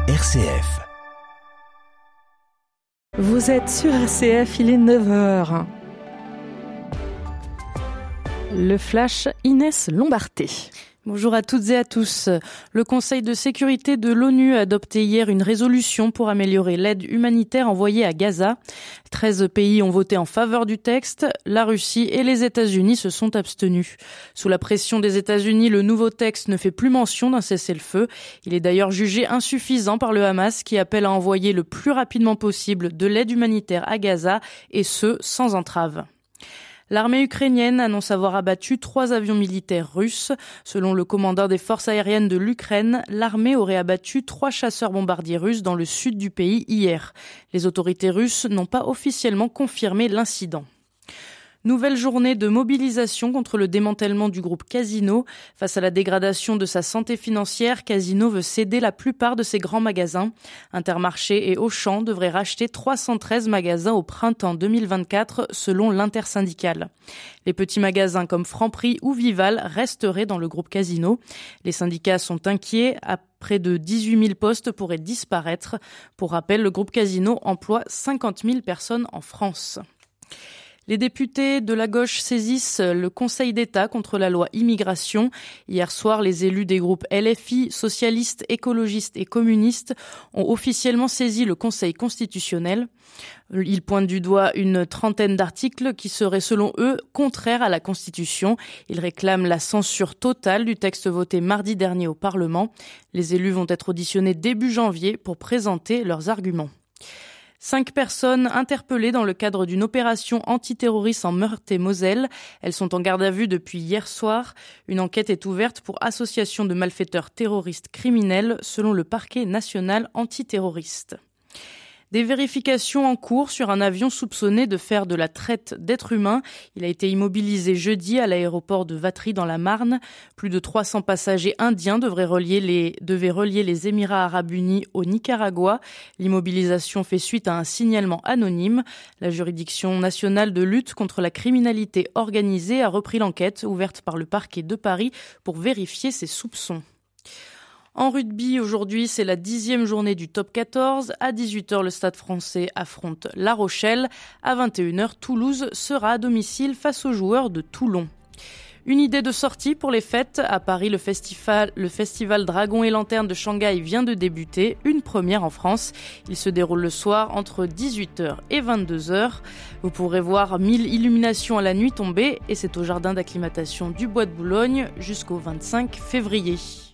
RCF. Vous êtes sur RCF, il est 9h. Le flash Inès Lombarté. Bonjour à toutes et à tous. Le Conseil de sécurité de l'ONU a adopté hier une résolution pour améliorer l'aide humanitaire envoyée à Gaza. 13 pays ont voté en faveur du texte. La Russie et les États-Unis se sont abstenus. Sous la pression des États-Unis, le nouveau texte ne fait plus mention d'un cessez-le-feu. Il est d'ailleurs jugé insuffisant par le Hamas qui appelle à envoyer le plus rapidement possible de l'aide humanitaire à Gaza et ce, sans entrave. L'armée ukrainienne annonce avoir abattu 3 avions militaires russes. Selon le commandant des forces aériennes de l'Ukraine, l'armée aurait abattu 3 chasseurs-bombardiers russes dans le sud du pays hier. Les autorités russes n'ont pas officiellement confirmé l'incident. Nouvelle journée de mobilisation contre le démantèlement du groupe Casino. Face à la dégradation de sa santé financière, Casino veut céder la plupart de ses grands magasins. Intermarché et Auchan devraient racheter 313 magasins au printemps 2024 selon l'intersyndicale. Les petits magasins comme Franprix ou Vival resteraient dans le groupe Casino. Les syndicats sont inquiets. Près de 18 000 postes pourraient disparaître. Pour rappel, le groupe Casino emploie 50 000 personnes en France. Les députés de la gauche saisissent le Conseil d'État contre la loi immigration. Hier soir, les élus des groupes LFI, socialistes, écologistes et communistes ont officiellement saisi le Conseil constitutionnel. Ils pointent du doigt une trentaine d'articles qui seraient selon eux contraires à la Constitution. Ils réclament la censure totale du texte voté mardi dernier au Parlement. Les élus vont être auditionnés début janvier pour présenter leurs arguments. 5 personnes interpellées dans le cadre d'une opération antiterroriste en Meurthe-et-Moselle. Elles sont en garde à vue depuis hier soir. Une enquête est ouverte pour association de malfaiteurs terroristes criminels selon le parquet national antiterroriste. Des vérifications en cours sur un avion soupçonné de faire de la traite d'êtres humains. Il a été immobilisé jeudi à l'aéroport de Vatry dans la Marne. Plus de 300 passagers indiens devaient relier les Émirats arabes unis au Nicaragua. L'immobilisation fait suite à un signalement anonyme. La juridiction nationale de lutte contre la criminalité organisée a repris l'enquête ouverte par le parquet de Paris pour vérifier ces soupçons. En rugby, aujourd'hui, c'est la 10e journée du top 14. À 18h, le Stade français affronte La Rochelle. À 21h, Toulouse sera à domicile face aux joueurs de Toulon. Une idée de sortie pour les fêtes. À Paris, le festival Dragons et Lanternes de Shanghai vient de débuter, une première en France. Il se déroule le soir entre 18h et 22h. Vous pourrez voir 1000 illuminations à la nuit tombée et c'est au jardin d'acclimatation du Bois de Boulogne jusqu'au 25 février.